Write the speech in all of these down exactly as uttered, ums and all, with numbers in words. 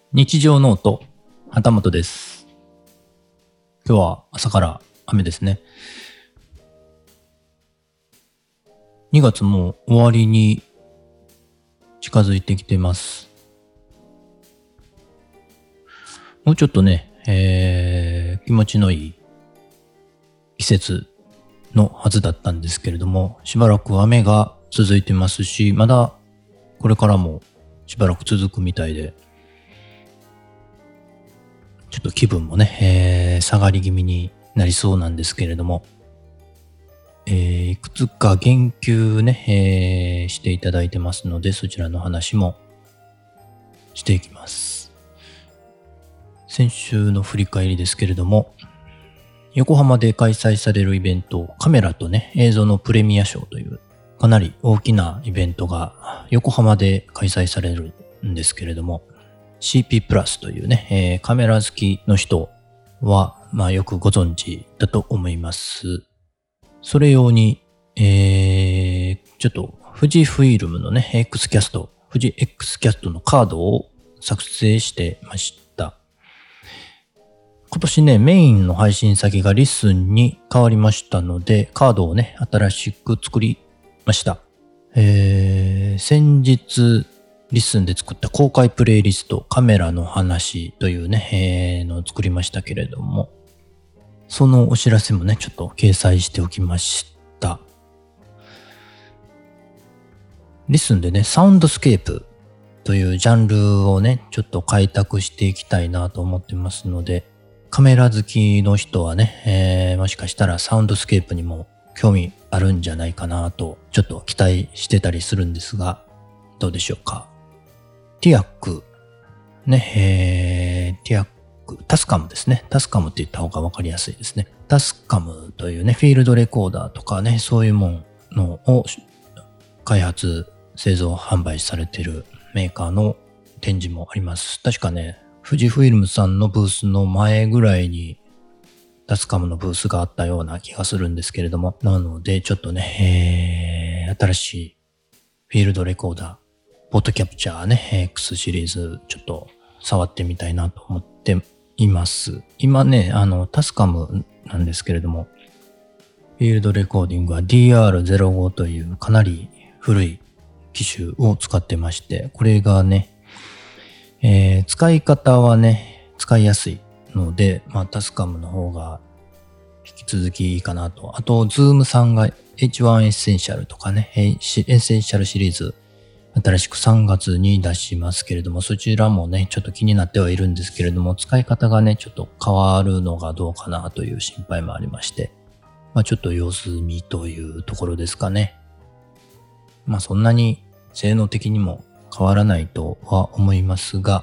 日常ノート、旗本です。今日は朝から雨ですね。にがつも終わりに近づいてきてます。もうちょっとね、えー、気持ちのいい季節のはずだったんですけれども、しばらく雨が続いてますし、まだこれからもしばらく続くみたいで、ちょっと気分もね、えー、下がり気味になりそうなんですけれども、えー、いくつか言及ね、えー、していただいてますので、そちらの話もしていきます。先週の振り返りですけれども、横浜で開催されるイベント、カメラとね、映像のプレミア賞というかなり大きなイベントが横浜で開催されるんですけれども、シーピー プラスというね、えー、カメラ好きの人は、まあよくご存知だと思います。それ用に、えー、ちょっと富士フイルムのね、X キャスト、富士 X キャストのカードを作成してました。今年ね、メインの配信先がリスンに変わりましたので、カードをね、新しく作りました。えー、先日、リスンで作った公開プレイリスト、カメラの話というね、えー、のを作りましたけれども、そのお知らせもね、ちょっと掲載しておきました。リスンでね、サウンドスケープというジャンルをね、ちょっと開拓していきたいなと思ってますので、カメラ好きの人はね、えー、もしかしたらサウンドスケープにも興味あるんじゃないかなと、ちょっと期待してたりするんですが、どうでしょうか。ティアック、ね、えー、ティアック、タスカムですね。タスカムって言った方がわかりやすいですね。タスカムというね、フィールドレコーダーとかね、そういうものを開発、製造、販売されているメーカーの展示もあります。確かね、富士フイルムさんのブースの前ぐらいにタスカムのブースがあったような気がするんですけれども、なのでちょっとね、えー、新しいフィールドレコーダー、ポートキャプチャーね、X シリーズちょっと触ってみたいなと思っています。今ね、あの、タスカムなんですけれども、フィールドレコーディングは ディーアールゼロご というかなり古い機種を使ってまして、これがね、えー、使い方はね、使いやすいので、まあ、タスカムの方が引き続きいいかなと。あと、ズームさんが エイチワン エッセンシャルとかね、エッセンシャルシリーズ、新しくさんがつに出しますけれども、そちらもね、ちょっと気になってはいるんですけれども、使い方がね、ちょっと変わるのがどうかなという心配もありまして、まあちょっと様子見というところですかね。まあそんなに性能的にも変わらないとは思いますが、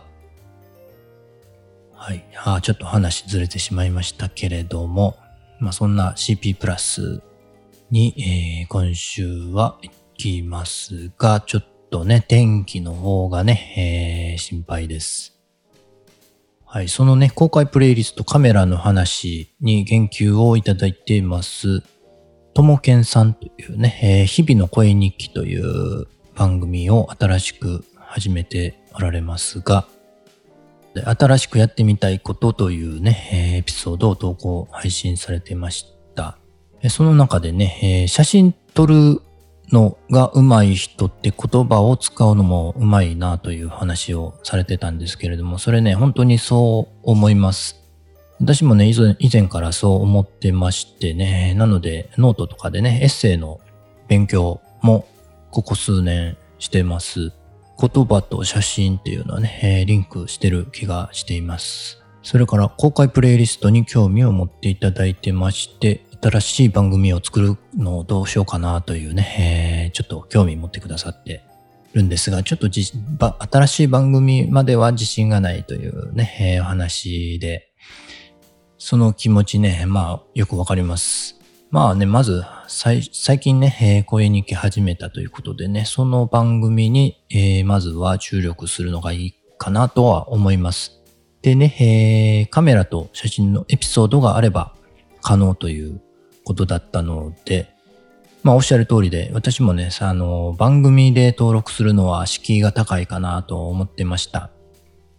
はい。あちょっと話ずれてしまいましたけれども、まあそんな シーピー プラスに、えー、今週は行きますが、ちょっとね、天気の方がね、えー、心配です。はい、そのね、公開プレイリストカメラの話に言及をいただいています。ともけんさんというね、えー、日々の声日記という番組を新しく始めておられますが、で新しくやってみたいことというね、えー、エピソードを投稿配信されてました。その中でね、えー、写真撮るのが上手い人って言葉を使うのも上手いなという話をされてたんですけれども、それね、本当にそう思います。私もね、以前、以前からそう思ってましてね、なのでノートとかでね、エッセイの勉強もここ数年してます。言葉と写真っていうのはね、えー、リンクしてる気がしています。それから公開プレイリストに興味を持っていただいてまして、新しい番組を作るのをどうしようかなというね、えー、ちょっと興味持ってくださってるんですが、ちょっとじば新しい番組までは自信がないというね、えー、お話で、その気持ちね、まあよくわかります。まあね、まず最近ね、えー、声日記始めたということでね、その番組に、えー、まずは注力するのがいいかなとは思います。でね、えー、カメラと写真のエピソードがあれば可能ということだったので、まあおっしゃる通りで、私もね、あの番組で登録するのは敷居が高いかなと思ってました。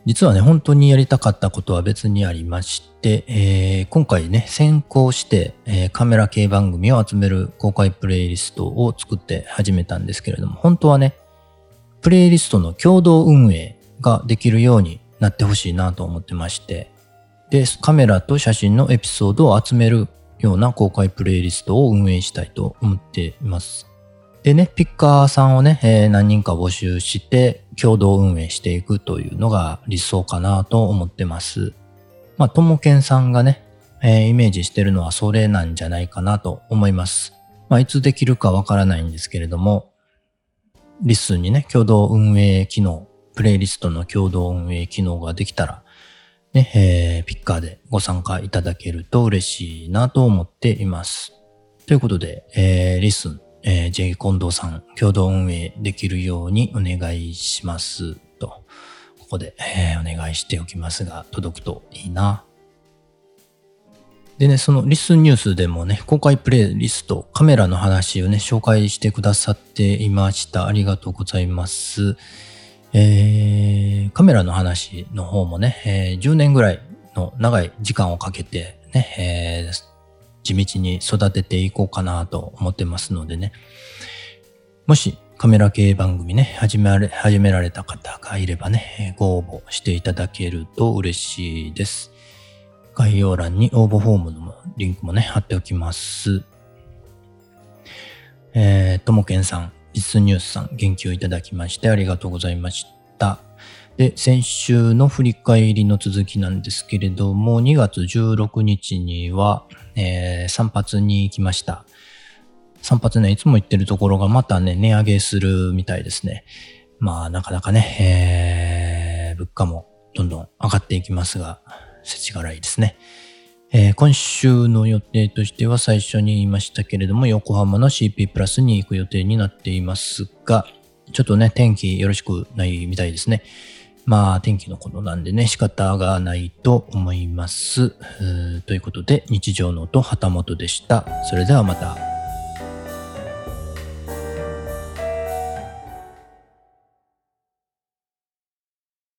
実はね、本当にやりたかったことは別にありまして、えー、今回ね、先行して、えー、カメラ系番組を集める公開プレイリストを作って始めたんですけれども、本当はね、プレイリストの共同運営ができるようになってほしいなと思ってまして、で、カメラと写真のエピソードを集めるような公開プレイリストを運営したいと思っています。でね、ピッカーさんをね、えー、何人か募集して共同運営していくというのが理想かなと思ってます。まあ、ともけんさんがね、えー、イメージしてるのはそれなんじゃないかなと思います。まあ、いつできるかわからないんですけれども、リスンにね、共同運営機能、プレイリストの共同運営機能ができたら、ね、えー、ピッカーでご参加いただけると嬉しいなと思っています。ということで、えー、リスン、えー、J 近藤さん共同運営できるようにお願いしますと、ここで、えー、お願いしておきますが、届くといいな。でね、そのリスンニュースでもね、公開プレイリスト、カメラの話をね、紹介してくださっていました。ありがとうございます。えー、カメラの話の方もね、えー、じゅうねんぐらいの長い時間をかけてね、えー、地道に育てていこうかなと思ってますのでね、もしカメラ系番組ね、始められ、始められた方がいればね、ご応募していただけると嬉しいです。概要欄に応募フォームのリンクもね、貼っておきます。えー、ともけんさん、リスニュースさん、言及いただきましてありがとうございました。で、先週の振り返りの続きなんですけれども、にがつじゅうろくにちには、えー、散髪に行きました。散髪ね、いつも行ってるところがまたね、値上げするみたいですね。まあ、なかなかね、えー、物価もどんどん上がっていきますが、世知辛いですね。えー、今週の予定としては最初に言いましたけれども、横浜の シーピー プラスに行く予定になっていますが、ちょっとね、天気よろしくないみたいですね。まあ、天気のことなんでね、仕方がないと思います。ということで、日常の音旗本でした。それではまた。